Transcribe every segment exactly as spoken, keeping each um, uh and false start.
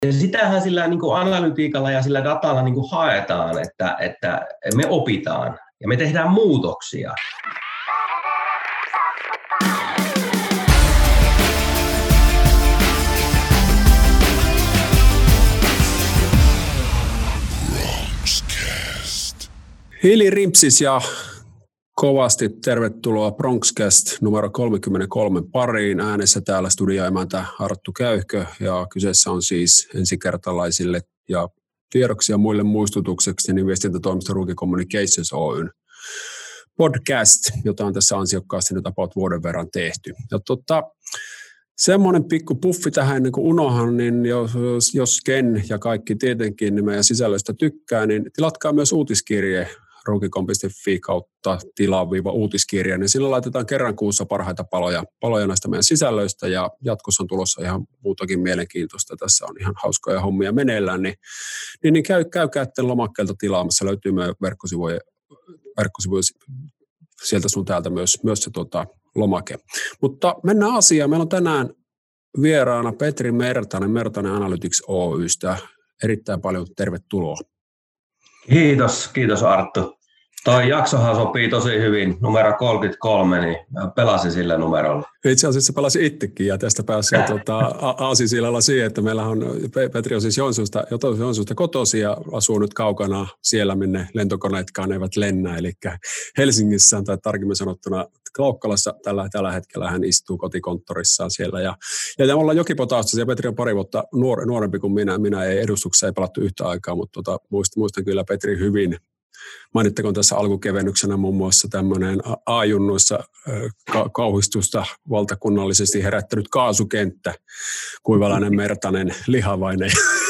ja sitähän sillä niin kuin analytiikalla ja sillä datalla niin kuin haetaan, että, että me opitaan ja me tehdään muutoksia. Hili Rimpsis ja kovasti tervetuloa Bronxcast numero kolmekymmentäkolme pariin. Äänessä täällä studioimäntä Arttu Käyhkö ja kyseessä on siis ensikertalaisille ja tiedoksi ja muille muistutukseksi niin viestintätoimisto Ruki Communications Oyn podcast, jota on tässä ansiokkaasti nyt about vuoden verran tehty. Ja tota, semmoinen pikku puffi tähän ennen kuin unohan, niin jos, jos Ken ja kaikki tietenkin niin meidän sisällöstä tykkää, niin tilatkaa myös uutiskirje rukicom piste fi kautta tilaa-uutiskirja, niin sillä laitetaan kerran kuussa parhaita paloja, paloja näistä meidän sisällöistä ja jatkossa on tulossa ihan muutakin mielenkiintoista. Tässä on ihan hauskoja hommia meneillään, niin, niin, niin käy, käykää lomakkeelta tilaamassa, löytyy meidän verkkosivuja, verkkosivuja sieltä sun täältä myös, myös se tota, lomake. Mutta mennään asiaan. Meillä on tänään vieraana Petri Mertanen, Mertanen Analytics Oystä. Erittäin paljon tervetuloa. Kiitos, kiitos Arttu. Toi jaksohan sopii tosi hyvin, numero kolmekymmentäkolme, niin pelasin sillä numerolla. Itse asiassa pelasin itsekin ja tästä pääsee tuota, aasinsillalla siihen, että meillä on, Petri on siis Joensuusta, Joensuusta kotosi ja asuu nyt kaukana siellä, minne lentokoneetkaan eivät lennä, eli Helsingissä tai tarkemmin sanottuna Klaukkalassa tällä, tällä hetkellä hän istuu kotikonttorissaan siellä. Ja, ja me ollaan jokipotaustaisia, Petri on pari vuotta nuor, nuorempi kuin minä, minä ei edustuksessa ei pelattu yhtä aikaa, mutta tota, muistan, muistan kyllä Petri hyvin. Mainittakoon tässä alkukevennyksenä muun muassa tämmöinen A-junnuissa ka- kauhistusta valtakunnallisesti herättänyt kaasukenttä, kuivalainen Mertanen, lihavainen.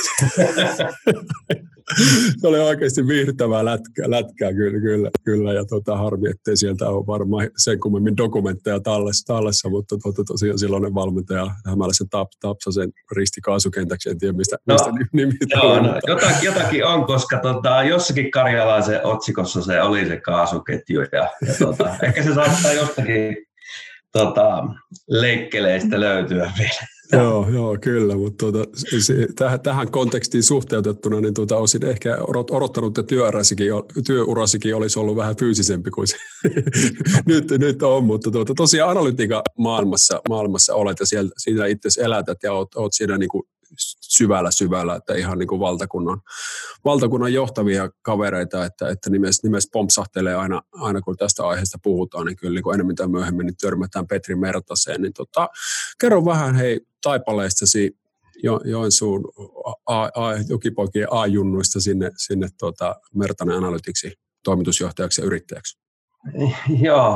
Se oli oikeasti viihdyttävää lätkää, lätkää kyllä, kyllä, kyllä. Ja tota, harmi, ettei sieltä ole varmaan sen kummemmin dokumentteja tallessa, tallessa mutta tota, tosiaan silloinen valmentaja hämäläisen tap, Tapsasen risti kaasukentäksi, en tiedä mistä, no, mistä nimi joo, no, jotakin, jotakin on, koska tota, jossakin karjalaisen otsikossa se oli se kaasuketju ja, ja tota, ehkä se saattaa jostakin tota, leikkeleistä löytyä vielä. Joo, joo, kyllä, mutta tuota, se, tähän, tähän kontekstiin suhteutettuna niin tuota, olisin ehkä odottanut, että työurasikin, työurasikin olisi ollut vähän fyysisempi kuin se nyt, nyt on, mutta tuota, tosiaan analytiikan maailmassa, maailmassa olet ja siellä, siinä itse elätät ja olet, olet siinä niin kuin syvällä syvällä, että ihan niin kuin valtakunnan, valtakunnan johtavia kavereita, että, että nimessä, nimessä pompsahtelee aina, aina, kun tästä aiheesta puhutaan, niin kyllä niin kuin enemmän tai myöhemmin niin törmätään Petri Mertaseen. Niin tota, kerro vähän hei taipaleistasi jo, Joensuun a, a, jokipoikien A-junnuista sinne, sinne tuota, Mertanen Analyticsin toimitusjohtajaksi ja yrittäjäksi. Joo,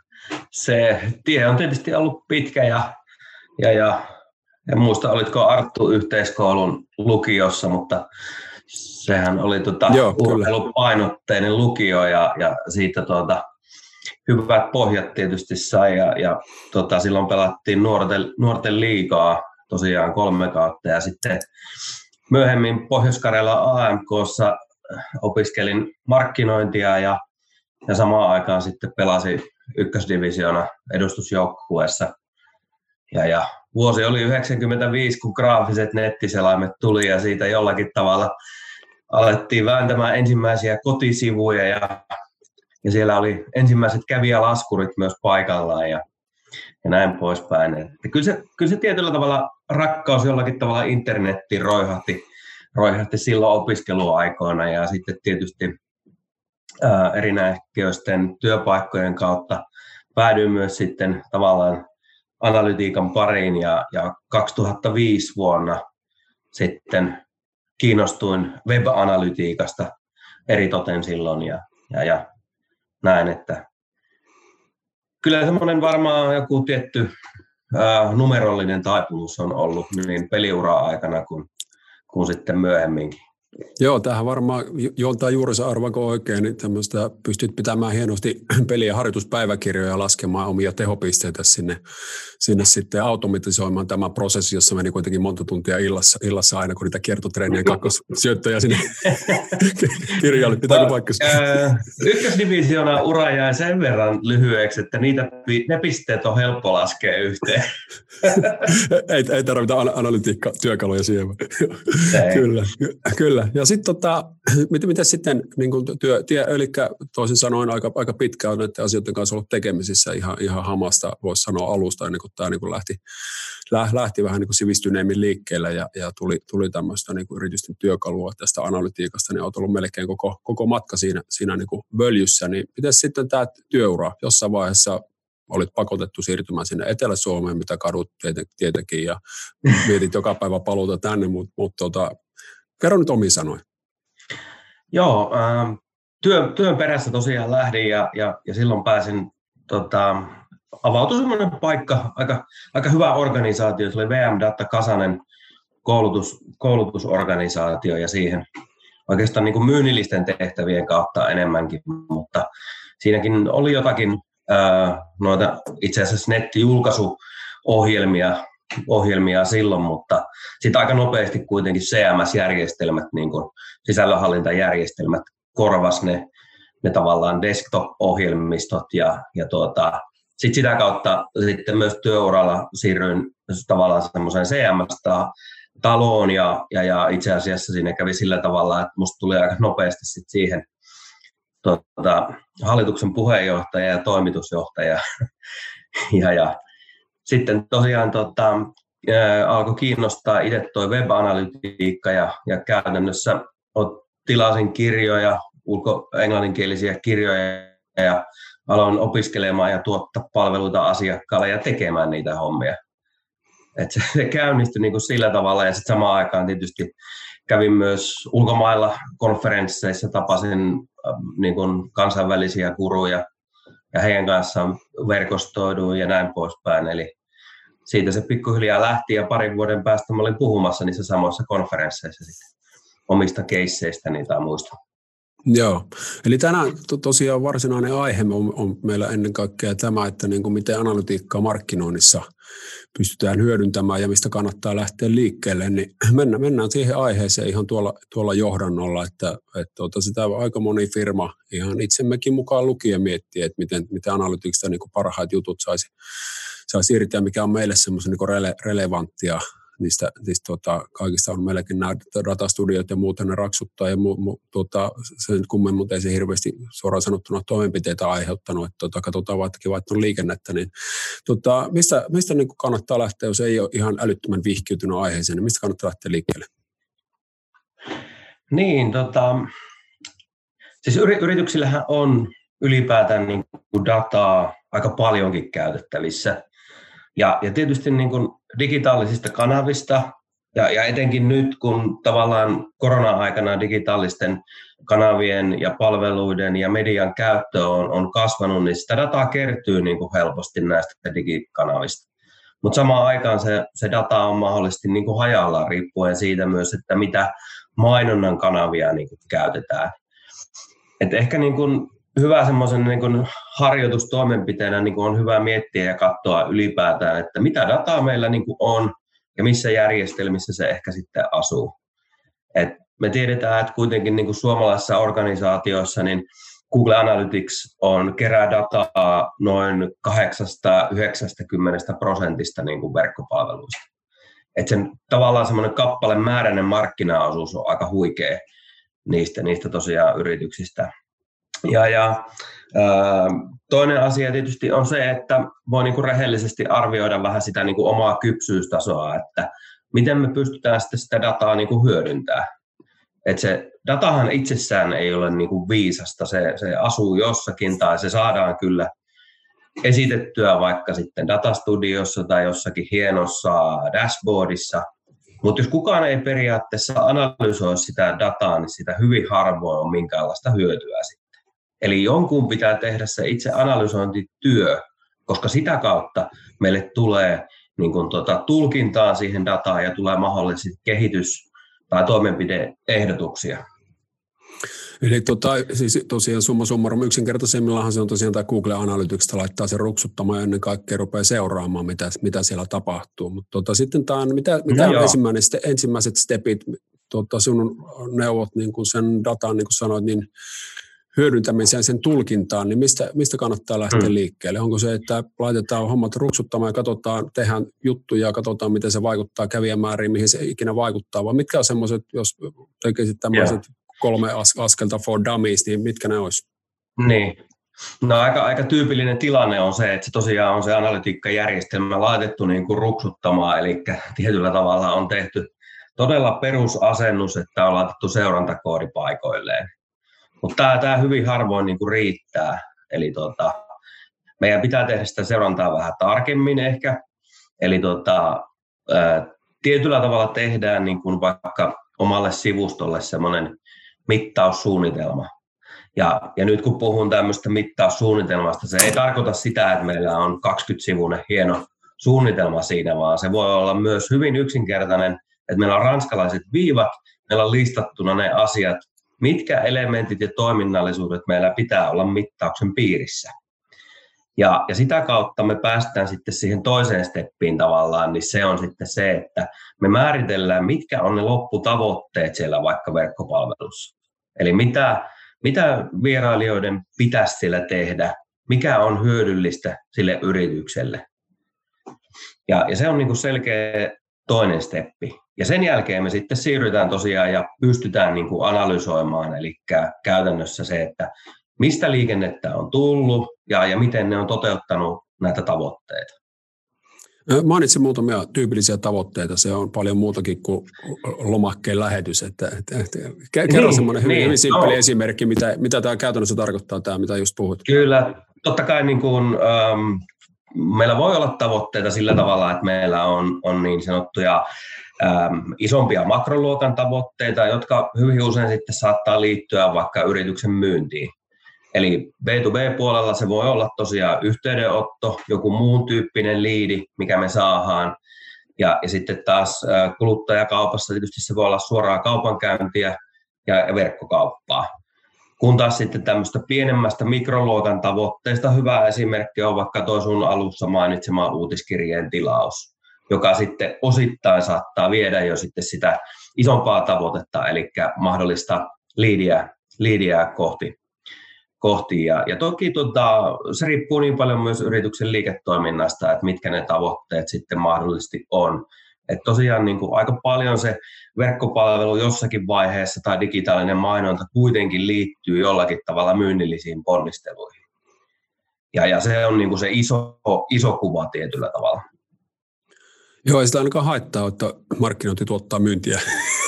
se tie on tietysti ollut pitkä ja, ja, ja en muista, olitko Arttu yhteiskoulun lukiossa, mutta sehän oli tota urheilupainotteinen lukio ja, ja siitä tuota, hyvät pohjat tietysti sai ja, ja tota, silloin pelattiin nuorten, nuorten liigaa tosiaan kolme kautta ja sitten myöhemmin Pohjois-Karjalan A M K:ssa opiskelin markkinointia ja, ja samaan aikaan sitten pelasin ykkösdivisioona edustusjoukkueessa ja, ja vuosi oli yhdeksänkymmentäviisi, kun graafiset nettiselaimet tuli ja siitä jollakin tavalla alettiin vääntämään ensimmäisiä kotisivuja ja, ja siellä oli ensimmäiset kävijälaskurit myös paikallaan ja, ja näin poispäin. Että kyllä, se, kyllä se tietyllä tavalla rakkaus jollakin tavalla internettiin roihahti, roihahti silloin opiskeluaikoina ja sitten tietysti ää, erinäköisten työpaikkojen kautta päädyin myös sitten tavallaan analytiikan pariin ja, ja kaksituhattaviisi vuonna sitten kiinnostuin web-analytiikasta eritoten silloin ja, ja, ja näin, että kyllä semmoinen varmaan joku tietty ää, numerollinen taipumus on ollut niin peliura-aikana kuin, kuin sitten myöhemminkin. Joo, tämähän varmaan juontaa juurensa, arvanko oikein, niin tämmöistä pystyt pitämään hienosti peliä harjoituspäiväkirjoja ja laskemaan omia tehopisteitä sinne, sinne sitten automatisoimaan tämä prosessi, jossa meni kuitenkin monta tuntia illassa, illassa aina, kun niitä kiertotreenien kakkossyöttöjä sinne kirjalle. Pitääkö paikkansa? Ykkösdivisioona ura jäi sen verran lyhyeksi, että niitä, ne pisteet on helppo laskea yhteen. ei, ei tarvita analytiikka-työkaluja siihen. Kyllä, kyllä. Ja sitten tota, miten, miten sitten niin kun työ, tie, eli toisin sanoen aika, aika pitkään on näiden asioiden kanssa ollut tekemisissä ihan, ihan hamasta, voisi sanoa alusta, ennen kuin tämä niin kun lähti, lähti vähän niin kuin sivistyneemmin liikkeelle ja, ja tuli, tuli tämmöistä niin kuin yritysten työkalua tästä analytiikasta, niin olet ollut melkein koko, koko matka siinä, siinä niin kuin böljyssä. Niin miten sitten tämä työura jossain vaiheessa olit pakotettu siirtymään sinne Etelä-Suomeen, mitä kadut tietenkin, ja mietit joka päivä paluuta tänne, mutta mut, tota, kerro nyt omiin sanoin. Joo, äh, työn, työn perässä tosiaan lähdin ja, ja, ja silloin pääsin, tota, avautui semmoinen paikka, aika, aika hyvä organisaatio, se oli V M Data Kasanen koulutus, koulutusorganisaatio ja siihen oikeastaan niin kuin myynnillisten tehtävien kautta enemmänkin, mutta siinäkin oli jotakin äh, noita itse asiassa nettijulkaisuohjelmia, ohjelmia silloin, mutta sitten aika nopeasti kuitenkin C M S-järjestelmät, niin kuin sisällönhallintajärjestelmät, korvasi ne, ne tavallaan desktop-ohjelmistot ja, ja tuota, sitten sitä kautta sitten myös työuralla siirryin tavallaan semmoiseen C M S-taloon ja, ja, ja itse asiassa siinä kävi sillä tavalla, että musta tuli aika nopeasti sitten siihen tuota, hallituksen puheenjohtaja ja toimitusjohtaja ja, ja sitten tosiaan tota, ää, alkoi kiinnostaa itse tuo web-analytiikka ja, ja käytännössä tilasin kirjoja, ulko-englanninkielisiä kirjoja ja aloin opiskelemaan ja tuottaa palveluita asiakkaalle ja tekemään niitä hommia. Et se, se käynnistyi niin kuin sillä tavalla ja sitten samaan aikaan tietysti kävin myös ulkomailla konferensseissa, tapasin äh, niin kuin kansainvälisiä guruja ja heidän kanssaan verkostoiduin ja näin poispäin. Eli siitä se pikkuhiljaa lähti ja parin vuoden päästä mä olin puhumassa niissä samoissa konferensseissa sitten omista keisseistäni tai muista. Joo, eli tänään to, tosiaan varsinainen aihe on, on meillä ennen kaikkea tämä, että niin kuin miten analytiikkaa markkinoinnissa pystytään hyödyntämään ja mistä kannattaa lähteä liikkeelle, niin mennään, mennään siihen aiheeseen ihan tuolla, tuolla johdannolla, että, että tuota, sitä aika moni firma ihan itsemmekin mukaan lukien miettii, että miten, miten analytiikasta niin kuin parhaat jutut saisi, saisi irti ja mikä on meille semmoisen niin kuin rele, relevanttia. Niistä, niistä tuota, kaikista on meilläkin nämä datastudiot ja muuta ne raksuttaa ja mu, mu, tuota, sen kummen, mutta ei se hirveästi suoraan sanottuna toimenpiteitä aiheuttanut, että tuota, katsotaan vaikka vaikka on liikennettä, niin tuota, mistä, mistä niin kannattaa lähteä, jos ei ole ihan älyttömän vihkiytynyt aiheeseen, niin mistä kannattaa lähteä liikkeelle? Niin, tota, siis yrityksillähän on ylipäätään niin kuin dataa aika paljonkin käytettävissä. Ja, ja tietysti niin kuin digitaalisista kanavista, ja, ja etenkin nyt, kun tavallaan korona-aikana digitaalisten kanavien ja palveluiden ja median käyttö on, on kasvanut, niin sitä dataa kertyy niin kuin helposti näistä digikanavista. Mutta samaan aikaan se, se data on mahdollisesti niin kuin hajallaan riippuen siitä myös, että mitä mainonnan kanavia niin kuin käytetään. Et ehkä niin kuin hyvä semmoisen niin kuin harjoitustoimenpiteenä niin kuin on hyvä miettiä ja katsoa ylipäätään, että mitä dataa meillä niin kuin on ja missä järjestelmissä se ehkä sitten asuu. Et me tiedetään, että kuitenkin niin kuin suomalaisissa organisaatioissa niin Google Analytics on kerää dataa noin kahdeksankymmentä yhdeksänkymmentä prosentista niin kuin verkkopalveluista. Et sen tavallaan semmoinen kappalemääräinen markkinaosuus on aika huikea niistä, niistä tosiaan yrityksistä. Ja, ja ää, toinen asia tietysti on se, että voi niinku rehellisesti arvioida vähän sitä niinku omaa kypsyystasoa, että miten me pystytään sitten sitä dataa niinku hyödyntämään. Et se datahan itsessään ei ole niinku viisasta, se, se asuu jossakin tai se saadaan kyllä esitettyä vaikka sitten datastudiossa tai jossakin hienossa dashboardissa, mutta jos kukaan ei periaatteessa analysoi sitä dataa, niin sitä hyvin harvoin on minkäänlaista hyötyä sitten. Eli jonkun pitää tehdä se itse analysointityö, koska sitä kautta meille tulee niin kun, tota, tulkintaa siihen dataan ja tulee mahdollisesti kehitys, tai toimenpide-ehdotuksia. Eli tota, siis tosiaan summa summarum yksinkertaisemmillahan se on tosiaan tämä Google Analyticsista laittaa se ruksuttamaan ja ennen kaikkea rupeaa seuraamaan, mitä, mitä siellä tapahtuu. Mutta tota, sitten tämä on, mitä, mitä no on ensimmäinen, ensimmäiset stepit, tota, sun neuvot niin kun sen datan, niin kuin sanoit, niin hyödyntämiseen, sen tulkintaan, niin mistä, mistä kannattaa lähteä hmm. liikkeelle? Onko se, että laitetaan hommat ruksuttamaan ja katsotaan, tehdään juttuja ja katsotaan, miten se vaikuttaa kävijämääriin, mihin se ikinä vaikuttaa, vai mitkä on semmoiset, jos tekisit tämmöiset yeah. kolme askelta for dummies, niin mitkä ne olisi? Niin. No aika, aika tyypillinen tilanne on se, että se tosiaan on se analytiikkajärjestelmä laitettu niin kuin ruksuttamaan, eli tietyllä tavalla on tehty todella perusasennus, että on laitettu seurantakoodi paikoilleen. Mutta tämä, tämä hyvin harvoin niin kuin riittää, eli tota, meidän pitää tehdä sitä seurantaa vähän tarkemmin ehkä, eli tota, ää, tietyllä tavalla tehdään niin kuin vaikka omalle sivustolle semmoinen mittaussuunnitelma. Ja, ja nyt kun puhun tämmöistä mittaussuunnitelmasta, se ei tarkoita sitä, että meillä on kaksikymmentä-sivuinen hieno suunnitelma siinä, vaan se voi olla myös hyvin yksinkertainen, että meillä on ranskalaiset viivat, meillä on listattuna ne asiat, mitkä elementit ja toiminnallisuudet meillä pitää olla mittauksen piirissä. Ja, ja sitä kautta me päästään sitten siihen toiseen steppiin tavallaan, niin se on sitten se, että me määritellään, mitkä on ne lopputavoitteet siellä vaikka verkkopalvelussa. Eli mitä, mitä vierailijoiden pitäisi siellä tehdä, mikä on hyödyllistä sille yritykselle. Ja, ja se on niin kuin selkeä toinen steppi. Ja sen jälkeen me sitten siirrytään tosiaan ja pystytään niin kuin analysoimaan, eli käytännössä se, että mistä liikennettä on tullut ja, ja miten ne on toteuttanut näitä tavoitteita. Mainitsin muutamia tyypillisiä tavoitteita. Se on paljon muutakin kuin lomakkeen lähetys. Että, että, että, kerro niin, semmoinen hyvin, niin, hyvin simppeli no. esimerkki, mitä, mitä tämä käytännössä tarkoittaa, tämä, mitä just puhut. Kyllä, totta kai niin kuin, ähm, meillä voi olla tavoitteita sillä tavalla, että meillä on, on niin sanottuja ähm, isompia makroluokan tavoitteita, jotka hyvin usein sitten saattaa liittyä vaikka yrityksen myyntiin. Eli B to B-puolella se voi olla tosiaan yhteydenotto, joku muun tyyppinen liidi, mikä me saadaan. Ja, ja sitten taas kuluttajakaupassa tietysti se voi olla suoraa kaupankäyntiä ja, ja verkkokauppaa. Kun taas sitten tämmöistä pienemmästä mikroluokan tavoitteesta hyvä esimerkki on vaikka tuo sun alussa mainitsema uutiskirjeen tilaus, joka sitten osittain saattaa viedä jo sitten sitä isompaa tavoitetta, eli mahdollista liidiä, liidiä kohti. kohti. Ja, ja toki tota, se riippuu niin paljon myös yrityksen liiketoiminnasta, että mitkä ne tavoitteet sitten mahdollisesti on. Että tosiaan niin kuin aika paljon se verkkopalvelu jossakin vaiheessa tai digitaalinen mainonta kuitenkin liittyy jollakin tavalla myynnillisiin ponnisteluihin. Ja, ja se on niin kuin se iso, iso kuva tietyllä tavalla. Joo, ei sitä ainakaan haittaa, että markkinointi tuottaa myyntiä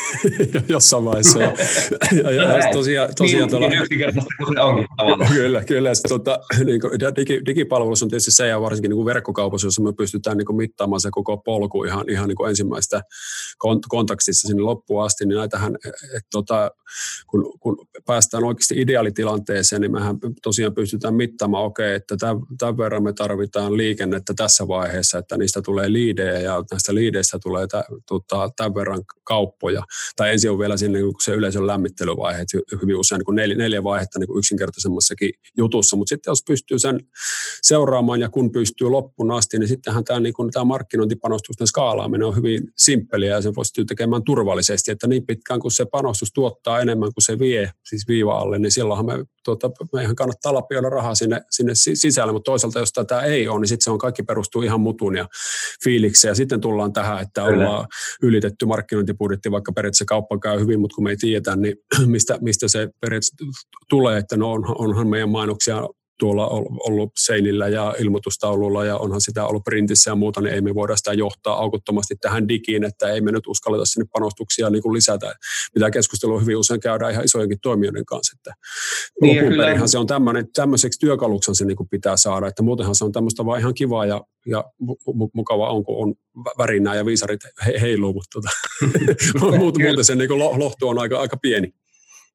jossain vaiheessa. Ja, ja, ja, ja tosiaan, tosiaan niin, niin yksinkertaista kuin se onkin tavallaan. Kyllä, kyllä. Tuota, niin kuin, digi, digipalvelus on tietysti se, ja varsinkin niin kuin verkkokaupassa, jossa me pystytään niin kuin mittaamaan se koko polku ihan, ihan niin kuin ensimmäistä kont- kontaktissa sinne loppuun asti, niin näitähän, et, tota, kun, kun päästään oikeasti ideaalitilanteeseen, niin mehän tosiaan pystytään mittaamaan, okei, okay, että tämän, tämän verran me tarvitaan liikennettä tässä vaiheessa, että niistä tulee liidejä, ja näistä liideistä tulee tä, tota, tämän verran kauppoja. Tai ensin on vielä siinä niin se yleisön lämmittelyvaihe, hyvin usein niin neljä, neljä vaihetta niin yksinkertaisemmassakin jutussa, mutta sitten jos pystyy sen seuraamaan ja kun pystyy loppuun asti, niin sittenhän tämä, niin kuin, tämä markkinointipanostusten skaalaaminen on hyvin simppeliä ja sen pystyy tekemään turvallisesti, että niin pitkään kun se panostus tuottaa enemmän kuin se vie siis viiva alle, niin silloinhan me, tuota, meihän kannattaa lapioida rahaa sinne, sinne sisälle, mutta toisaalta jos tätä ei ole, niin sitten se on kaikki perustuu ihan mutun ja fiilikseen ja sitten tullaan tähän, että ollaan ylitetty markkinointibudjetti, vaikka periaatteessa kauppa käy hyvin, mutta kun me ei tiedetä, niin mistä, mistä se periaatteessa tulee, että no on, onhan meidän mainoksia tuolla ollut seinillä ja ilmoitustaululla ja onhan sitä ollut printissä ja muuta, niin ei me voida sitä johtaa aukottomasti tähän digiin, että ei me nyt uskalleta sinne panostuksia niin kuin lisätä, mitä keskustelua hyvin usein käydään ihan isojenkin toimijoiden kanssa. Että niin, loppupelinhan se on tämmöinen, tämmöiseksi työkaluksen se niin kuin pitää saada, että muutenhan se on tämmöistä vaan ihan kivaa ja, ja mukavaa on, kun on värinää ja viisarit he, heiluu, mutta tota, muuten se niin kuin lohtu on aika, aika pieni.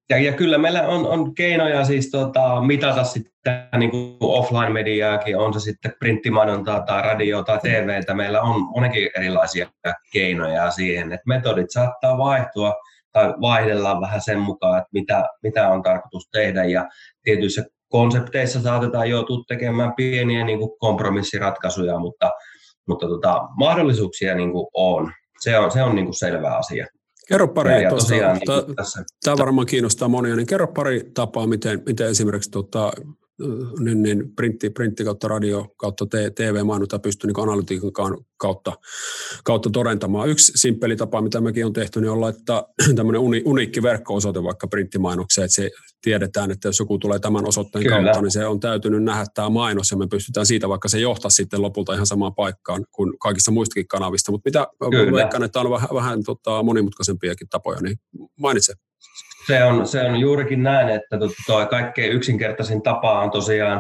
Ja, ja kyllä meillä on, on keinoja siis tota, mitata sitten niin kuin offline-mediaakin, on se sitten printtimainontaa tai radio tai T V:tä. Meillä on monenkin erilaisia keinoja siihen, että metodit saattaa vaihtua tai vaihdellaan vähän sen mukaan, että mitä, mitä on tarkoitus tehdä. Ja tietyissä konsepteissa saatetaan joutua tekemään pieniä niin kuin kompromissiratkaisuja, mutta, mutta tota, mahdollisuuksia niin kuin on. Se on, se on niin kuin selvä asia. Kerro pari, ja, ja tosiaan, tuosta, niin tässä, tämä varmaan kiinnostaa monia, niin kerro pari tapaa, miten, miten esimerkiksi tota, niin, niin printti, printti kautta radio kautta T V-mainonta pystyy niin analytiikan kautta, kautta todentamaan. Yksi simppeli tapa, mitä mekin on tehty, niin on laittaa tämmöinen uni, uniikki verkko-osoite vaikka printtimainokseen, että se tiedetään, että jos joku tulee tämän osoitteen Kyllä. kautta, niin se on täytynyt nähdä tämä mainos, ja me pystytään siitä vaikka se johtaa sitten lopulta ihan samaan paikkaan kuin kaikissa muistakin kanavista. Mutta mitä veikkaan, että on vähän, vähän tota, monimutkaisempiakin tapoja, niin mainitse. Se on, se on juurikin näin, että tuo kaikkein yksinkertaisin tapa on tosiaan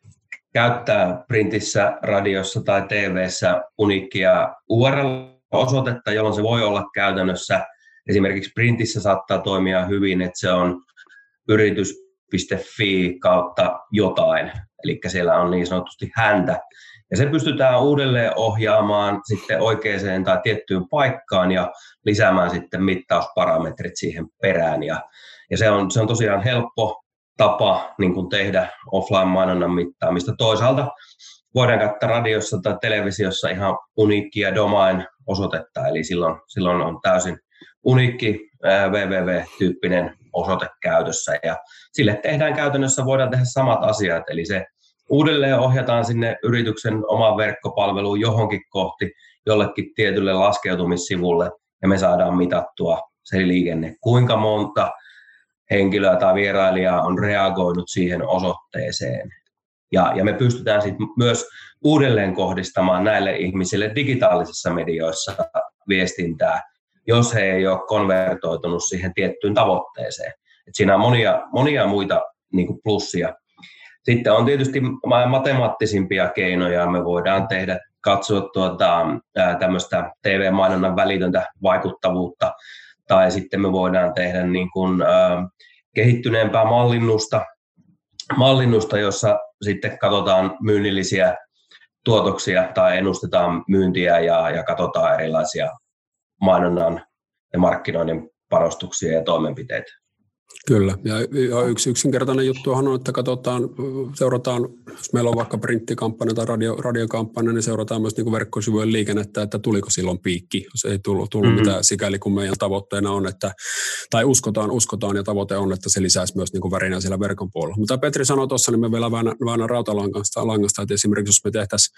käyttää printissä, radiossa tai T V:ssä uniikkia U R L-osoitetta, jolloin se voi olla käytännössä. Esimerkiksi printissä saattaa toimia hyvin, että se on yritys piste fi kautta jotain, eli siellä on niin sanotusti häntä. Ja se pystytään uudelleen ohjaamaan sitten oikeaan tai tiettyyn paikkaan ja lisäämään sitten mittausparametrit siihen perään. Ja, ja se, on, se on tosiaan helppo tapa niin kuin tehdä offline-mainonnan mittaamista. Toisaalta voidaan käyttää radiossa tai televisiossa ihan uniikkia domain-osoitetta, eli silloin, silloin on täysin uniikki www-tyyppinen osoite käytössä. Ja sille tehdään käytännössä, voidaan tehdä samat asiat, eli se uudelleen ohjataan sinne yrityksen oman verkkopalveluun johonkin kohti, jollekin tietylle laskeutumissivulle, ja me saadaan mitattua se liikenne, kuinka monta henkilöä tai vierailijaa on reagoinut siihen osoitteeseen. Ja, ja me pystytään sitten myös uudelleen kohdistamaan näille ihmisille digitaalisissa medioissa viestintää, jos he ei ole konvertoitunut siihen tiettyyn tavoitteeseen. Et siinä on monia, monia muita niin kuin plussia. Sitten on tietysti matemaattisimpia keinoja. Me voidaan tehdä, katsoa tuota, tämmöistä T V-mainonnan välitöntä vaikuttavuutta, tai sitten me voidaan tehdä niin kuin, äh, kehittyneempää mallinnusta, mallinnusta, jossa sitten katsotaan myynnillisiä tuotoksia tai ennustetaan myyntiä ja, ja katsotaan erilaisia mainonnan ja markkinoinnin panostuksia ja toimenpiteitä. Kyllä, ja yksi yksinkertainen juttu on, että katsotaan, seurataan, jos meillä on vaikka printtikampanja tai radio, radiokampanja, niin seurataan myös niin kuin verkkosivujen liikennettä, että tuliko silloin piikki, jos ei tullut, tullut mm-hmm. mitään sikäli, kun meidän tavoitteena on, että, tai uskotaan, uskotaan ja tavoite on, että se lisäisi myös niin kuin värinää siellä verkon puolella. Mutta Petri sanoi tuossa, niin me vielä vähän rautalangasta, langasta, että esimerkiksi jos me tehtäisiin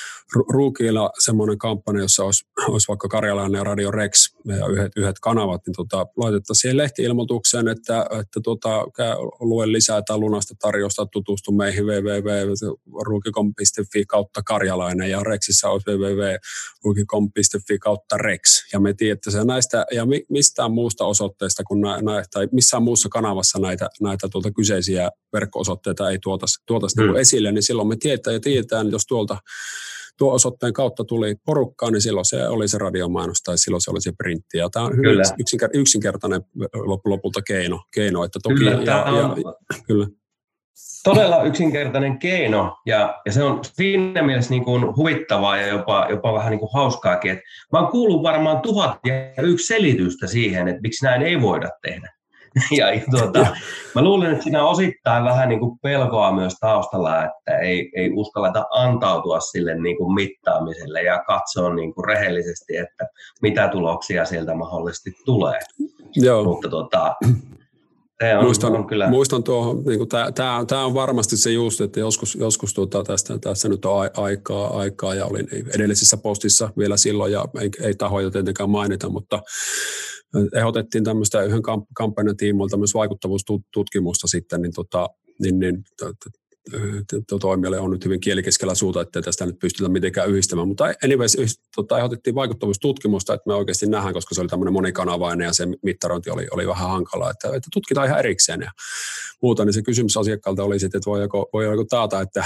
Ruukilla semmoinen kampanja, jossa olisi, olisi vaikka Karjalainen ja Radio Rex ja yhdet, yhdet kanavat, niin tota, laitettaisiin siihen lehti-ilmoitukseen, että, että tota, lue lisää tai lunasta tarjosta, tutustu meihin www piste ruuki piste com piste fi kautta Karjalainen ja Rexissä olisi www piste ruuki piste com piste fi kautta Rex. Ja me tiedätte näistä ja mistään muusta osoitteesta kuin nä, nä, tai missään muussa kanavassa näitä, näitä tuolta kyseisiä verkko-osoitteita ei tuotaisi, tuotaisi hmm. esille, niin silloin me tiedetään ja tiedetään, että jos tuolta tuo osoitteen kautta tuli porukkaa, niin silloin se oli se radiomainos tai silloin se oli se printti. Ja tämä on hyvin yksinkertainen lopulta keino, keino että toki... Kyllä, ja, tämä on ja, kyllä. Todella yksinkertainen keino, ja, ja se on siinä mielessä niin kuin huvittavaa ja jopa, jopa vähän niin kuin hauskaakin. Että mä oon kuullut varmaan tuhat ja yksi selitystä siihen, että miksi näin ei voida tehdä. Ja, tuota, mä luulen, että siinä on osittain vähän niin kuin pelkoa myös taustalla, että ei, ei uskalleta antautua sille niin kuin mittaamiselle ja katsoa niin kuin rehellisesti, että mitä tuloksia sieltä mahdollisesti tulee. Joo. Mutta tuota, se on, muistan, on kyllä... muistan tuohon, niin tämä on varmasti se just, että joskus, joskus tuota, tästä, tässä nyt on aikaa, aikaa ja olin edellisessä postissa vielä silloin ja ei, ei tahoja tietenkään mainita, mutta ehdotettiin tämmöistä yhden kampanjan tiimoilta myös vaikuttavuustutkimusta sitten, niin, tota, niin, niin toimijalle on nyt hyvin kielikeskellä suuta, että tästä nyt pystytään mitenkään yhdistämään. Mutta anyways, tota, ehdotettiin vaikuttavuustutkimusta, että me oikeasti nähdään, koska se oli tämmöinen monikanavainen ja se mittarointi oli, oli vähän hankalaa, että, että tutkitaan ihan erikseen ja muuta. Niin se kysymys asiakkaalta oli sitten, että voiko, voiko taata, että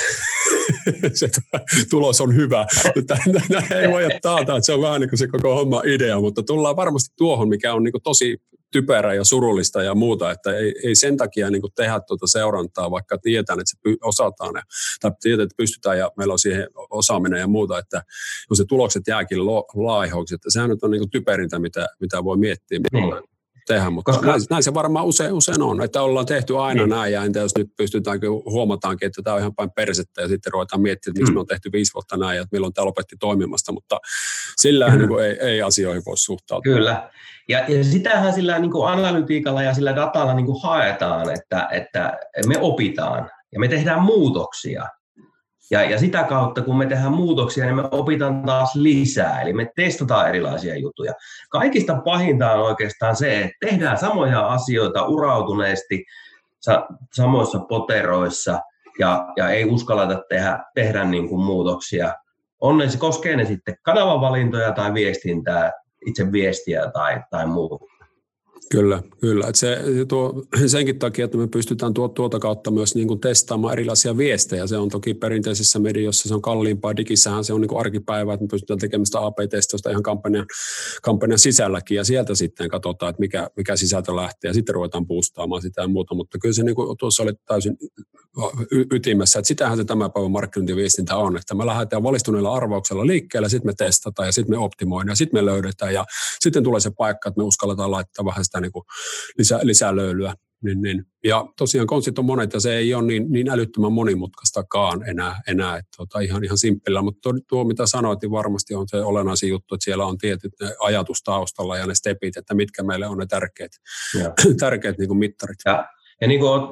se tulos on hyvä. Näin ei voi taata, että se on vähän niin kuin se koko homma idea, mutta tullaan varmasti tuohon, mikä on niin kuin tosi typerä ja surullista ja muuta, että ei, ei sen takia niin kuin tehdä tuota seurantaa, vaikka tiedetään, että se osataan ja, tai tiedetään, että pystytään ja meillä on siihen osaaminen ja muuta, että kun se tulokset jääkin laihoiksi, että sehän nyt on niin kuin typerintä, mitä, mitä voi miettiä. Niin. Tehdä, mutta Koska... näin, näin se varmaan usein, usein on, että ollaan tehty aina niin. näin, ja entä jos nyt pystytäänkö, huomataankin, että tämä on ihan päin persettä, ja sitten ruvetaan miettimään, että miksi mm. me on tehty viisi vuotta näin, ja milloin tämä lopetti toimimasta, mutta sillä niin ei, ei asioihin voi suhtautua. Kyllä, ja, ja sitähän sillä niin kuin analytiikalla ja sillä datalla niin kuin haetaan, että, että me opitaan, ja me tehdään muutoksia. Ja, ja sitä kautta, kun me tehdään muutoksia, niin me opitaan taas lisää, eli me testataan erilaisia juttuja. Kaikista pahinta on oikeastaan se, että tehdään samoja asioita urautuneesti sa- samoissa poteroissa ja, ja ei uskalleta tehdä, tehdä niin kuin muutoksia. On se koskee ne sitten kanavavalintoja tai viestintää, itse viestiä tai, tai muuta. Kyllä, kyllä. Että se, tuo, senkin takia, että me pystytään tuo, tuota kautta myös niin kuin testaamaan erilaisia viestejä. Se on toki perinteisessä mediossa, se on kalliimpaa, digissähän se on niin kuin arkipäivä, että me pystytään tekemään sitä A B-testausta ihan kampanjan, kampanjan sisälläkin, ja sieltä sitten katsotaan, että mikä, mikä sisältö lähtee, ja sitten ruvetaan boostaamaan sitä ja muuta. Mutta kyllä se niin kuin tuossa oli täysin y- ytimessä, että sitähän se tämän päivän markkinointiviestintä on, että me lähdetään valistuneella arvauksella liikkeelle, sitten me testataan, ja sitten me optimoidaan, ja sitten me löydetään, ja sitten tulee se paikka, että me uskalletaan laittaa vähän sitä niin kuin lisää, lisää löylyä. Niin, niin. Ja tosiaan konstit on monet, ja se ei ole niin, niin älyttömän monimutkaistakaan enää, enää että tuota, ihan, ihan simppillä, mutta tuo, tuo mitä sanoit, niin varmasti on se olennaisin juttu, että siellä on tietyt ajatus taustalla ja ne stepit, että mitkä meille on ne tärkeät, tärkeät niin kuin mittarit. Ja, ja niin kuin olet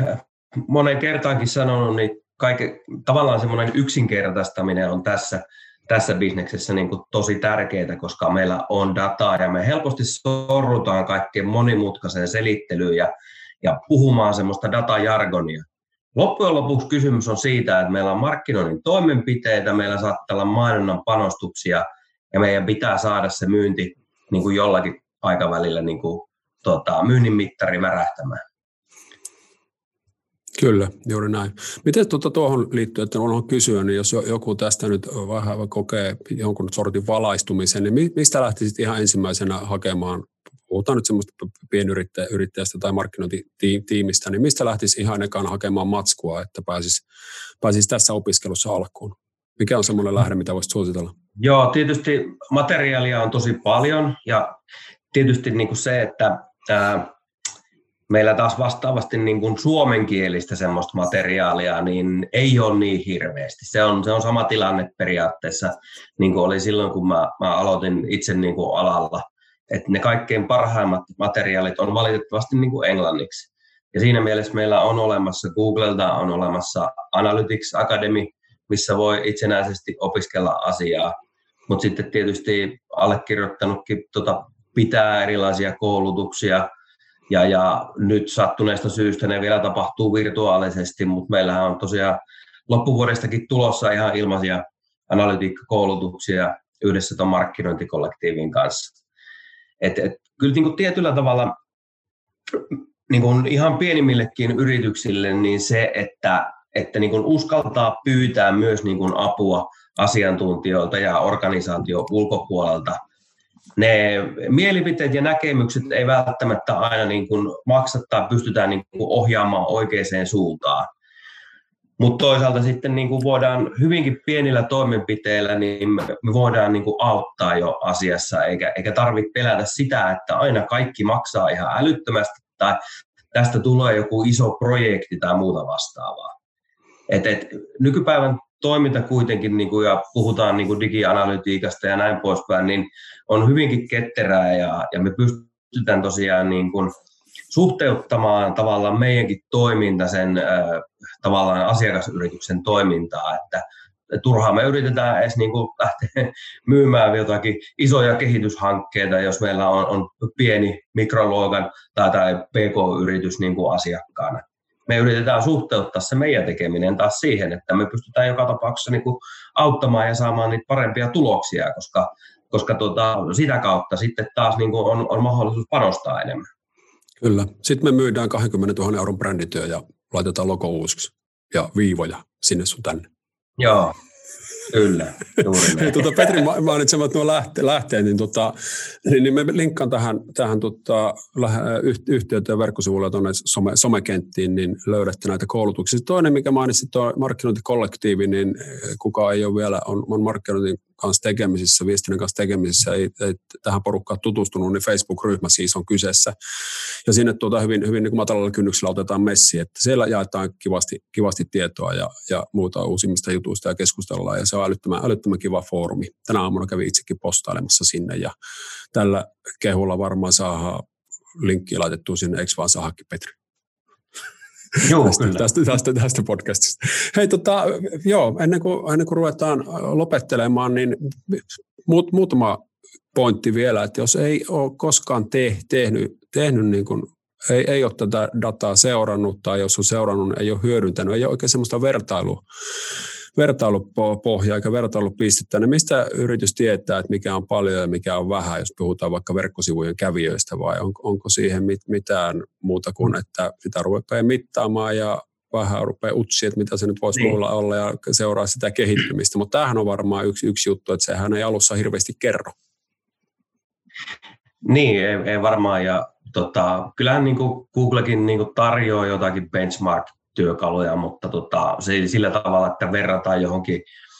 monen kertaankin sanonut, niin kaiken, tavallaan semmoinen yksinkertaistaminen on tässä, tässä bisneksessä niin kuin tosi tärkeää, koska meillä on dataa ja me helposti sorrutaan kaikkeen monimutkaiseen selittelyyn ja, ja puhumaan semmoista datajargonia. Loppujen lopuksi kysymys on siitä, että meillä on markkinoinnin toimenpiteitä, meillä saattaa olla mainonnan panostuksia ja meidän pitää saada se myynti niin kuin jollakin aikavälillä niin kuin, tota, myynnin mittari värähtämään. Kyllä, juuri näin. Miten tuota tuohon liittyy, että on kysyä, niin jos joku tästä nyt vähän kokee jonkun sortin valaistumisen, niin mistä lähtisit ihan ensimmäisenä hakemaan, puhutaan nyt semmoista pienyrittäjästä tai markkinointitiimistä, niin mistä lähtisi ihan ekaan hakemaan matskua, että pääsisi, pääsisi tässä opiskelussa alkuun? Mikä on semmoinen lähde, mitä voisit suositella? Joo, tietysti materiaalia on tosi paljon ja tietysti niin kuin se, että tämä meillä taas vastaavasti niin kuin suomenkielistä semmoista materiaalia niin ei ole niin hirveästi. Se on, se on sama tilanne periaatteessa, niin kuin oli silloin, kun mä, mä aloitin itse niin kuin alalla. Että ne kaikkein parhaimmat materiaalit on valitettavasti niin kuin englanniksi. Ja siinä mielessä meillä on olemassa, Googlelta on olemassa Analytics Academy, missä voi itsenäisesti opiskella asiaa. Mutta sitten tietysti allekirjoittanutkin tota, pitää erilaisia koulutuksia. Ja, ja nyt sattuneesta syystä ne vielä tapahtuu virtuaalisesti, mutta meillähän on tosiaan loppuvuodestakin tulossa ihan ilmaisia analytiikkakoulutuksia yhdessä tuon markkinointikollektiivin kanssa. Et, et, kyllä niin kuin tietyllä tavalla niin kuin ihan pienimmillekin yrityksille niin se, että, että niin kuin uskaltaa pyytää myös niin kuin apua asiantuntijoilta ja organisaation ulkopuolelta. Ne mielipiteet ja näkemykset ei välttämättä aina niin kuin maksa tai pystytään niin kuin ohjaamaan oikeaan suuntaan. Mutta toisaalta sitten niin kuin voidaan hyvinkin pienillä toimenpiteillä, niin me voidaan niin kuin auttaa jo asiassa, eikä, eikä tarvitse pelätä sitä, että aina kaikki maksaa ihan älyttömästi tai tästä tulee joku iso projekti tai muuta vastaavaa. Et, et, nykypäivän toiminta kuitenkin, niin kuin, ja puhutaan niin kuin digianalytiikasta ja näin poispäin, niin on hyvinkin ketterää ja, ja me pystytään tosiaan niin kuin suhteuttamaan tavallaan meidänkin toiminta sen äh, tavallaan asiakasyrityksen toimintaa, että turhaan me yritetään edes niin kuin lähteä myymään jotakin isoja kehityshankkeita, jos meillä on, on pieni mikroluokan tai, tai P K-yritys niin kuin asiakkaana. Me yritetään suhteuttaa se meidän tekeminen taas siihen, että me pystytään joka tapauksessa niin kuin auttamaan ja saamaan niitä parempia tuloksia, koska, koska tuota, sitä kautta sitten taas niin kuin on, on mahdollisuus panostaa enemmän. Kyllä. Sitten me myydään kaksikymmentätuhatta euron brändityö ja laitetaan logo uusiksi ja viivoja sinne sun tänne. Joo. Kyllä, juuri näin. tuota, Petri mainitsemat nuo lähte, lähteet, niin, tota, niin, niin me linkkaan tähän, tähän tota, yhteyteen verkkosivuilla tuonne some, somekenttiin, niin löydätte näitä koulutuksia. Toinen, mikä mainitsit, tuo markkinointikollektiivi, niin kuka ei ole vielä, on, on markkinointin kanssa tekemisissä, viestinnän kanssa tekemisissä, ei, ei tähän porukkaan tutustunut, niin Facebook-ryhmä siis on kyseessä. Ja sinne tuota hyvin, hyvin niin kuin matalalla kynnyksellä otetaan messi, että siellä jaetaan kivasti, kivasti tietoa ja, ja muuta uusimmista jutuista ja keskustellaan, ja se on älyttömän, älyttömän kiva foorumi. Tänä aamuna kävin itsekin postailemassa sinne, ja tällä kehulla varmaan saadaan linkkiä laitettua sinne, eikö vaan saadakin, Petri? Joo, tästä, kyllä. Tästä, tästä, tästä podcastista. Hei, tota, joo, ennen kuin, ennen kuin ruvetaan lopettelemaan, niin muut, muutama pointti vielä, että jos ei ole koskaan te, tehnyt, tehnyt niin kuin, ei, ei ole tätä dataa seurannut, tai jos on seurannut, niin ei ole hyödyntänyt, ei ole oikein semmoista vertailu, vertailupohjaa eikä vertailupistettä, niin mistä yritys tietää, että mikä on paljon ja mikä on vähän, jos puhutaan vaikka verkkosivujen kävijöistä, vai on, onko siihen mit, mitään muuta kuin, että sitä rupeaa mittaamaan ja vähän rupeaa utsia, että mitä se nyt voisi niin olla ja seuraa sitä kehittymistä, mutta tämähän on varmaan yksi, yksi juttu, että sehän ei alussa hirveästi kerro. Niin, ei, ei varmaan, ja tota, kyllähän niin kuin Googlekin niin kuin tarjoaa jotakin benchmark-työkaluja, mutta tota, se, sillä tavalla, että verrataan johonkin,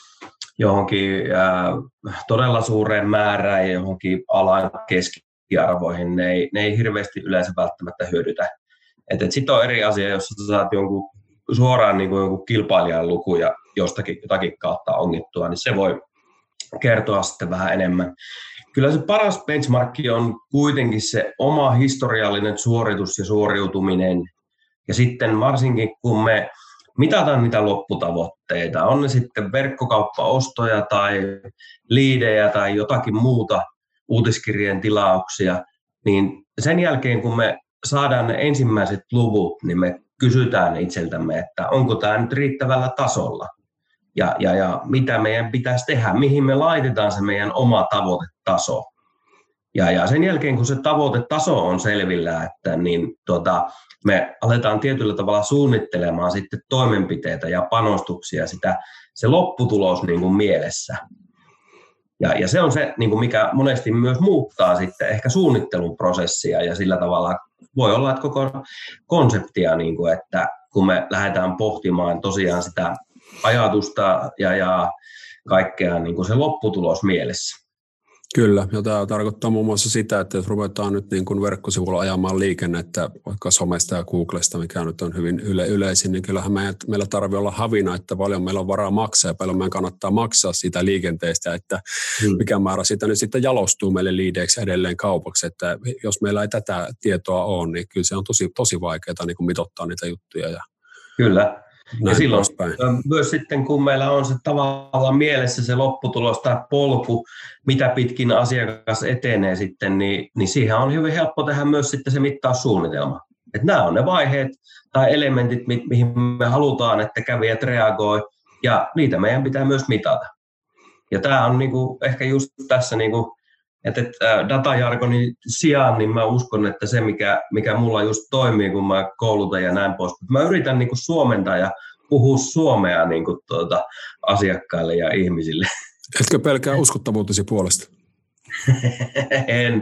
johonkin ää, todella suureen määrään ja johonkin alan keskiarvoihin, ne ei, ne ei hirveästi yleensä välttämättä hyödytä. Sitten on eri asia, jos sä saat jonkun, suoraan niin kuin jonkun kilpailijan lukuja jostakin jotakin kautta ongittua, niin se voi kertoa sitten vähän enemmän. Kyllä se paras benchmarkki on kuitenkin se oma historiallinen suoritus ja suoriutuminen. Ja sitten varsinkin, kun me mitataan niitä lopputavoitteita, on ne sitten verkkokauppaostoja tai liidejä tai jotakin muuta, uutiskirjeen tilauksia, niin sen jälkeen, kun me saadaan ne ensimmäiset luvut, niin me kysytään itseltämme, että onko tämä nyt riittävällä tasolla. Ja, ja, ja mitä meidän pitäisi tehdä, mihin me laitetaan se meidän oma tavoitetaso. Ja, ja sen jälkeen, kun se tavoitetaso on selvillä, että niin, tota, me aletaan tietyllä tavalla suunnittelemaan sitten toimenpiteitä ja panostuksia, sitä, se lopputulos niin kuin mielessä. Ja, ja se on se, niin kuin mikä monesti myös muuttaa sitten ehkä suunnittelun prosessia, ja sillä tavalla voi olla, että koko konseptia, niin kuin, että kun me lähdetään pohtimaan tosiaan sitä ajatusta ja, ja kaikkea niin kuin se lopputulos mielessä. Kyllä, ja tämä tarkoittaa muun muassa sitä, että jos ruvetaan nyt niin kuin verkkosivulla ajamaan liikennettä, vaikka somesta ja Googlesta, mikä nyt on hyvin yle- yleisin, niin kyllähän meidän, meillä tarvitsee olla havina, että paljon meillä on varaa maksaa ja paljon meidän kannattaa maksaa siitä liikenteestä, että hmm. mikä määrä siitä nyt sitten jalostuu meille liideiksi edelleen kaupaksi, että jos meillä ei tätä tietoa ole, niin kyllä se on tosi, tosi vaikeaa niin kuin mitottaa niitä juttuja. Ja kyllä. Näin ja silloin päin. Myös sitten, kun meillä on se tavallaan mielessä se lopputulos tai polku, mitä pitkin asiakas etenee sitten, niin, niin siihen on hyvin helppo tehdä myös sitten se mittaussuunnitelma. Että nämä on ne vaiheet tai elementit, mi- mihin me halutaan, että kävijät reagoi, ja niitä meidän pitää myös mitata. Ja tämä on niinku ehkä just tässä, niinku, että datajargonin sijaan, niin mä uskon, että se, mikä, mikä mulla just toimii, kun mä koulutan ja näin pois, mä yritän niinku suomentaa ja puhua suomea niinku tuota asiakkaille ja ihmisille. Etkö pelkää uskottavuutesi puolesta? en,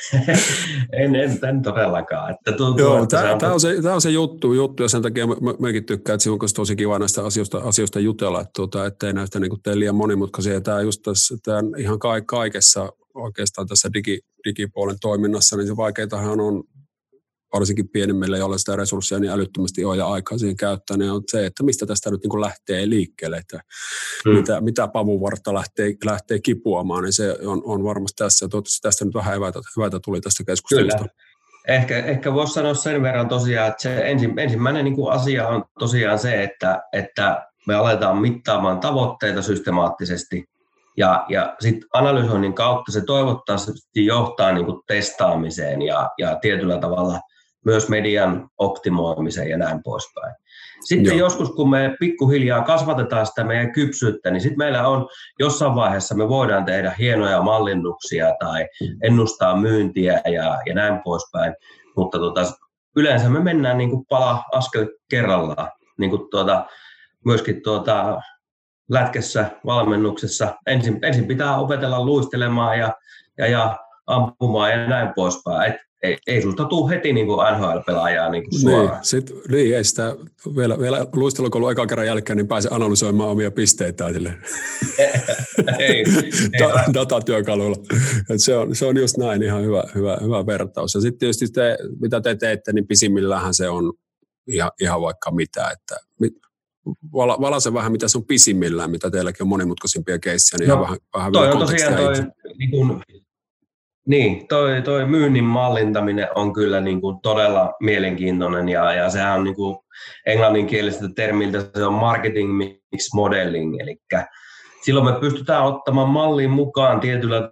en, en, en todellakaan. Että tuntuu, Joo, että tämä on... on, se, on se juttu, juttu, ja sen takia mä, mekin tykkään, että sinun kanssa tosi kiva näistä asioista, asioista jutella, että tuota, ettei näistä niin tee liian monimutkaisia. Tämä just tässä, tämän ihan kaikessa oikeastaan tässä digi, digipuolen toiminnassa, niin se vaikeitahan on varsinkin pienemmille, joilla sitä resursseja niin älyttömästi on ja aikaa siihen käyttää, niin on se, että mistä tästä nyt niin kuin lähtee liikkeelle, että hmm. mitä, mitä pavuvartta lähtee, lähtee kipuamaan, niin se on, on varmasti tässä. Toivottavasti tästä nyt vähän eväitä, eväitä tuli tästä keskustelusta. Kyllä. Ehkä, ehkä voisi sanoa sen verran tosiaan, että se ensimmäinen niin kuin asia on tosiaan se, että, että me aletaan mittaamaan tavoitteita systemaattisesti, ja, ja sitten analysoinnin kautta se toivottavasti johtaa niin kuin testaamiseen ja, ja tietyllä tavalla myös median optimoimiseen ja näin poispäin. Sitten Joo. joskus, kun me pikkuhiljaa kasvatetaan sitä meidän kypsyyttä, niin sitten meillä on jossain vaiheessa, me voidaan tehdä hienoja mallinnuksia tai ennustaa myyntiä ja, ja näin poispäin. Mutta tota, yleensä me mennään niin kuin pala askel kerrallaan. Niin kuin tuota, myöskin tuota, lätkässä, valmennuksessa. Ensin, ensin pitää opetella luistelemaan ja, ja, ja ampumaan ja näin poispäin. Et, ei, ei susta tule heti niin kuin N H L-pelaajaa niin kuin suoraan. Niin, sit, niin, ei sitä vielä, vielä luistelukoulun ekan kerran jälkeen niin pääse analysoimaan omia pisteitä ei, da, datatyökaluilla. Et se, on, se on just näin ihan hyvä, hyvä, hyvä vertaus. Ja sitten tietysti te, mitä te teette, niin pisimmillähän se on ihan, ihan vaikka mitä. Että, vala, valaise vähän, mitä se on pisimmillään, mitä teilläkin on monimutkaisimpia keissejä, niin no, vähän, vähän toi on tosiaan toi, niin kuin, niin, toi, toi myynnin mallintaminen on kyllä niin kuin todella mielenkiintoinen ja, ja sehän on niin kuin englanninkielisestä termiltä se on marketing mix modeling, eli silloin me pystytään ottamaan malliin mukaan tietyllä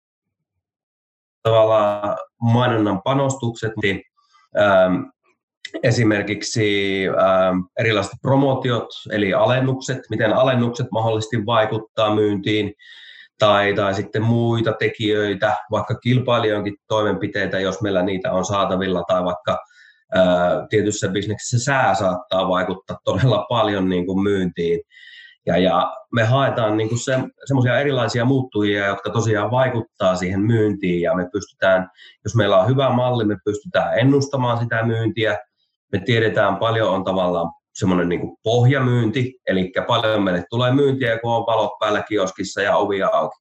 tavalla mainonnan panostukset, niin, ähm, esimerkiksi ähm, erilaiset promotiot, eli alennukset, miten alennukset mahdollisesti vaikuttaa myyntiin, Tai, tai sitten muita tekijöitä, vaikka kilpailijoinkin toimenpiteitä, jos meillä niitä on saatavilla, tai vaikka ää, tietyssä bisneksessä sää saattaa vaikuttaa todella paljon niin kuin myyntiin. Ja, ja me haetaan niin kuin se, semmoisia erilaisia muuttujia, jotka tosiaan vaikuttaa siihen myyntiin, ja me pystytään, jos meillä on hyvä malli, me pystytään ennustamaan sitä myyntiä. Me tiedetään paljon on tavallaan semmoinen niin kuin pohjamyynti, eli paljon meille tulee myyntiä, kun on valot päällä kioskissa ja ovi auki.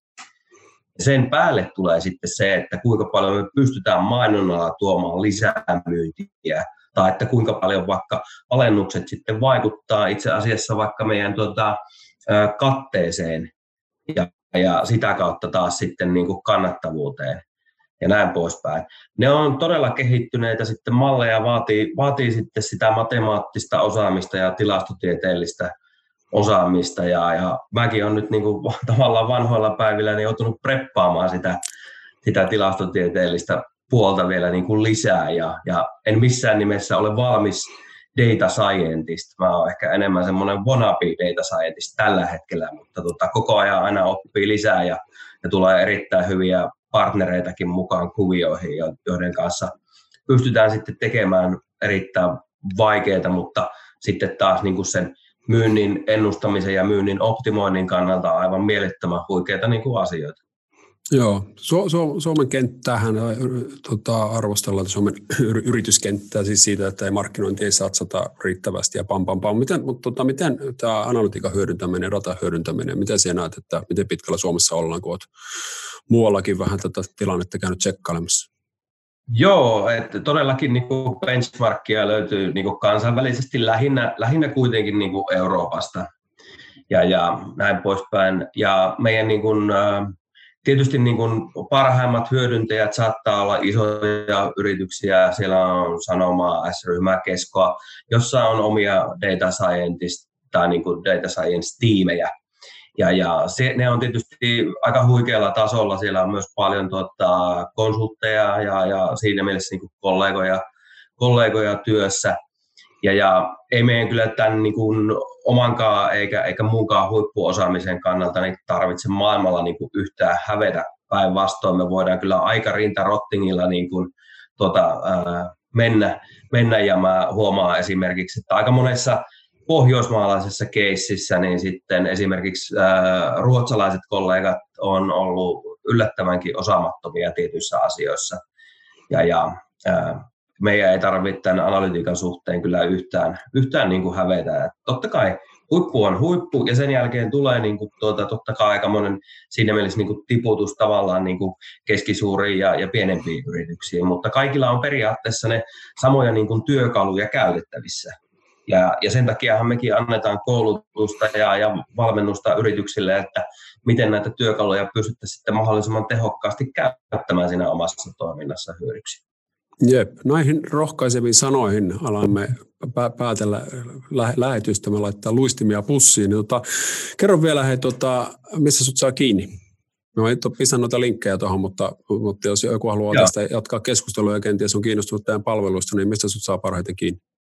Sen päälle tulee sitten se, että kuinka paljon me pystytään mainonnalla tuomaan lisää myyntiä, tai että kuinka paljon vaikka alennukset sitten vaikuttaa itse asiassa vaikka meidän tuota, katteeseen ja, ja sitä kautta taas sitten niin kuin kannattavuuteen. Ja näin poispäin. Ne on todella kehittyneitä sitten malleja, vaatii, vaatii sitten sitä matemaattista osaamista ja tilastotieteellistä osaamista. Ja, ja mäkin olen nyt niin kuin tavallaan vanhoilla päivillä niin joutunut preppaamaan sitä, sitä tilastotieteellistä puolta vielä niin kuin lisää. Ja, ja en missään nimessä ole valmis data scientist. Mä oon ehkä enemmän semmoinen wannabe data scientist tällä hetkellä, mutta tota, koko ajan aina oppii lisää ja, ja tulee erittäin hyviä partnereitakin mukaan kuvioihin, joiden kanssa pystytään sitten tekemään erittäin vaikeita, mutta sitten taas niin kuin sen myynnin ennustamisen ja myynnin optimoinnin kannalta aivan mielettömän huikeita niin kuin asioita. Joo, Su- Su- Suomen kenttähän tota, arvostellaan Suomen yrityskenttää siis siitä, että ei markkinointi ei satsata riittävästi ja pam pam pam. Miten, mutta, tota, miten tämä analytiikan hyödyntäminen, datan hyödyntäminen, miten sinä näet, että miten pitkällä Suomessa ollaan, kun olet muuallakin vähän tätä tilannetta käynyt tsekkailemassa? Joo, että todellakin niin kuin benchmarkia löytyy niin kuin kansainvälisesti lähinnä, lähinnä kuitenkin niin kuin Euroopasta ja, ja näin poispäin. Ja meidän niin kuin, tietysti niin kuin parhaimmat hyödyntäjät saattaa olla isoja yrityksiä, siellä on Sanomaa, S-ryhmää, Keskoa, jossa on omia data scientist tai niin kuin data science-tiimejä. Ja, ja se, ne on tietysti aika huikealla tasolla, siellä on myös paljon tuota, konsultteja ja, ja siinä mielessä niin kuin kollegoja, kollegoja työssä. Ja, ja ei meidän kyllä tämän niin kuin omankaan eikä, eikä muunkaan huippuosaamisen kannalta niin tarvitse maailmalla niin kuin yhtään hävetä. Päinvastoin me voidaan kyllä aika rintarottingilla niin kuin, tuota, ää, mennä, mennä, ja mä huomaan esimerkiksi, että aika monessa pohjoismaalaisessa keississä niin sitten esimerkiksi ää, ruotsalaiset kollegat on ollut yllättävänkin osaamattomia tietyissä asioissa. Ja, ja ää, meidän ei tarvitse tämän analytiikan suhteen kyllä yhtään, yhtään niin kuin hävetä. Et totta kai huippu on huippu ja sen jälkeen tulee niin kuin tuota, totta kai aika monen siinä mielessä niin kuin tiputus tavallaan niin kuin keskisuuriin ja, ja pienempiin yrityksiin, mutta kaikilla on periaatteessa ne samoja niin kuin työkaluja käytettävissä. Ja, ja sen takiahan mekin annetaan koulutusta ja, ja valmennusta yrityksille, että miten näitä työkaluja pystyttäisiin sitten mahdollisimman tehokkaasti käyttämään siinä omassa toiminnassa hyödyksi. Jep, näihin rohkaiseviin sanoihin alamme päätellä lä- lähetystä, me laittaa luistimia pussiin. Tota, kerro vielä, hei, tota, missä sut saa kiinni? No ei pistän noita linkkejä tuohon, mutta, mutta jos joku haluaa Joo. tästä jatkaa keskustelua ja kenties on kiinnostunut teidän palveluista, niin mistä sut saa parhaiten kiinni?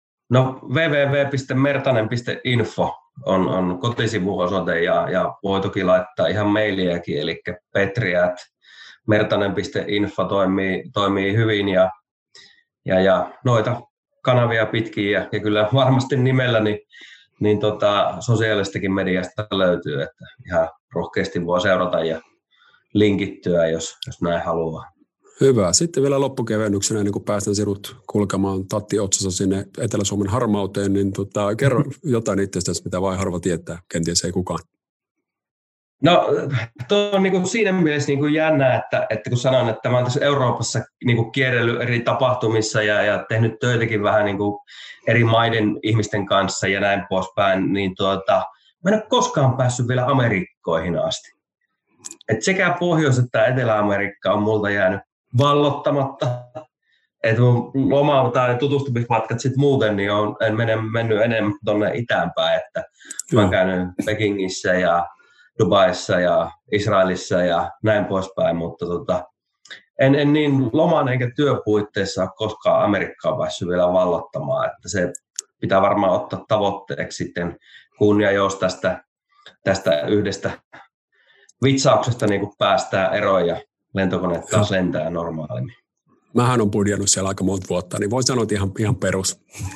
No double-u double-u double-u piste mertanen piste info on, on kotisivuosoite ja, ja voi toki laittaa ihan mailiäkin, eli petri at mertanen piste info toimii, toimii hyvin ja, ja, ja noita kanavia pitkin ja, ja kyllä varmasti nimelläni, niin tota, sosiaalistakin mediasta löytyy, että ihan rohkeasti voi seurata ja linkittyä, jos, jos näin haluaa. Hyvä. Sitten vielä loppukevennyksenä, ennen kuin päästään sinut kulkemaan Tatti otsassa sinne Etelä-Suomen harmauteen, niin tota, kerro jotain itsestäsi, mitä vain harva tietää, kenties ei kukaan. No, tuo on niin kuin siinä mielessä niin kuin jännä, että, että kun sanon, että mä oon tässä Euroopassa niin kuin kierrellyt eri tapahtumissa ja, ja tehnyt töitäkin vähän niin kuin eri maiden ihmisten kanssa ja näin poispäin, niin tuota, mä en ole koskaan päässyt vielä Amerikkoihin asti. Et sekä Pohjois- että Etelä-Amerikka on multa jäänyt vallottamatta. Et mun loma- tai tutustumismatkat sit muuten, niin on en mennyt enemmän tuonne itäänpäin, että mä oon käynyt Pekingissä ja Dubaissa ja Israelissa ja näin poispäin, mutta tota, en, en niin loman eikä työpuitteissa ole koskaan Amerikkaa päässyt vielä vallottamaan, että se pitää varmaan ottaa tavoitteeksi sitten kunnia, jos tästä, tästä yhdestä vitsauksesta niin kuin päästään eroon ja lentokone taas lentää normaalimmin. Mähän on budjannut siellä aika monta vuotta, niin voin sanoa, että ihan, ihan perus.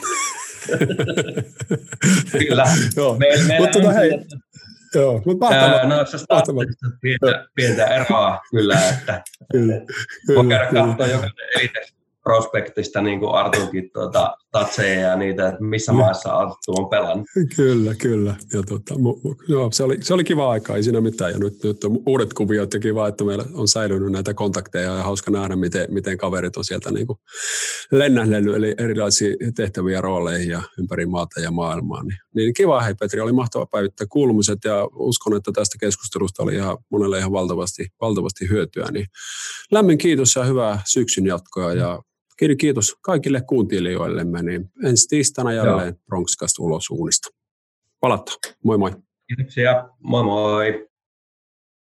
Kyllä. Joo. Me, me mutta tota, hei. Joo, mutta mahtavaa. No, se staattisesta pientä, pientä eroa kyllä, että kyllä, voi käydä katsoa jokainen Elite-prospektista, niin kuin Artunkin tuota, tatseja ja niitä, että missä maassa Arttu on pelannut. Kyllä, kyllä. Ja tuota, joo, se, oli, se oli kiva aika, ei siinä mitään. Ja nyt, nyt on uudet kuviot ja kiva, että meillä on säilynyt näitä kontakteja ja hauska nähdä, miten, miten kaverit on sieltä niin kuin lennähdellyt, eli erilaisia tehtäviä rooleihin ja ympäri maata ja maailmaa. Niin, niin kiva, hei Petri, oli mahtava päivittää kuulumiset ja uskon, että tästä keskustelusta oli ihan, monelle ihan valtavasti, valtavasti hyötyä. Niin lämmin kiitos ja hyvää syksyn jatkoa ja kiitos kaikille kuuntelijoillemme, niin ensi tiistaina jälleen Bronxcast ulos uunista. Palataan. Moi moi. Kiitoksia. Moi moi.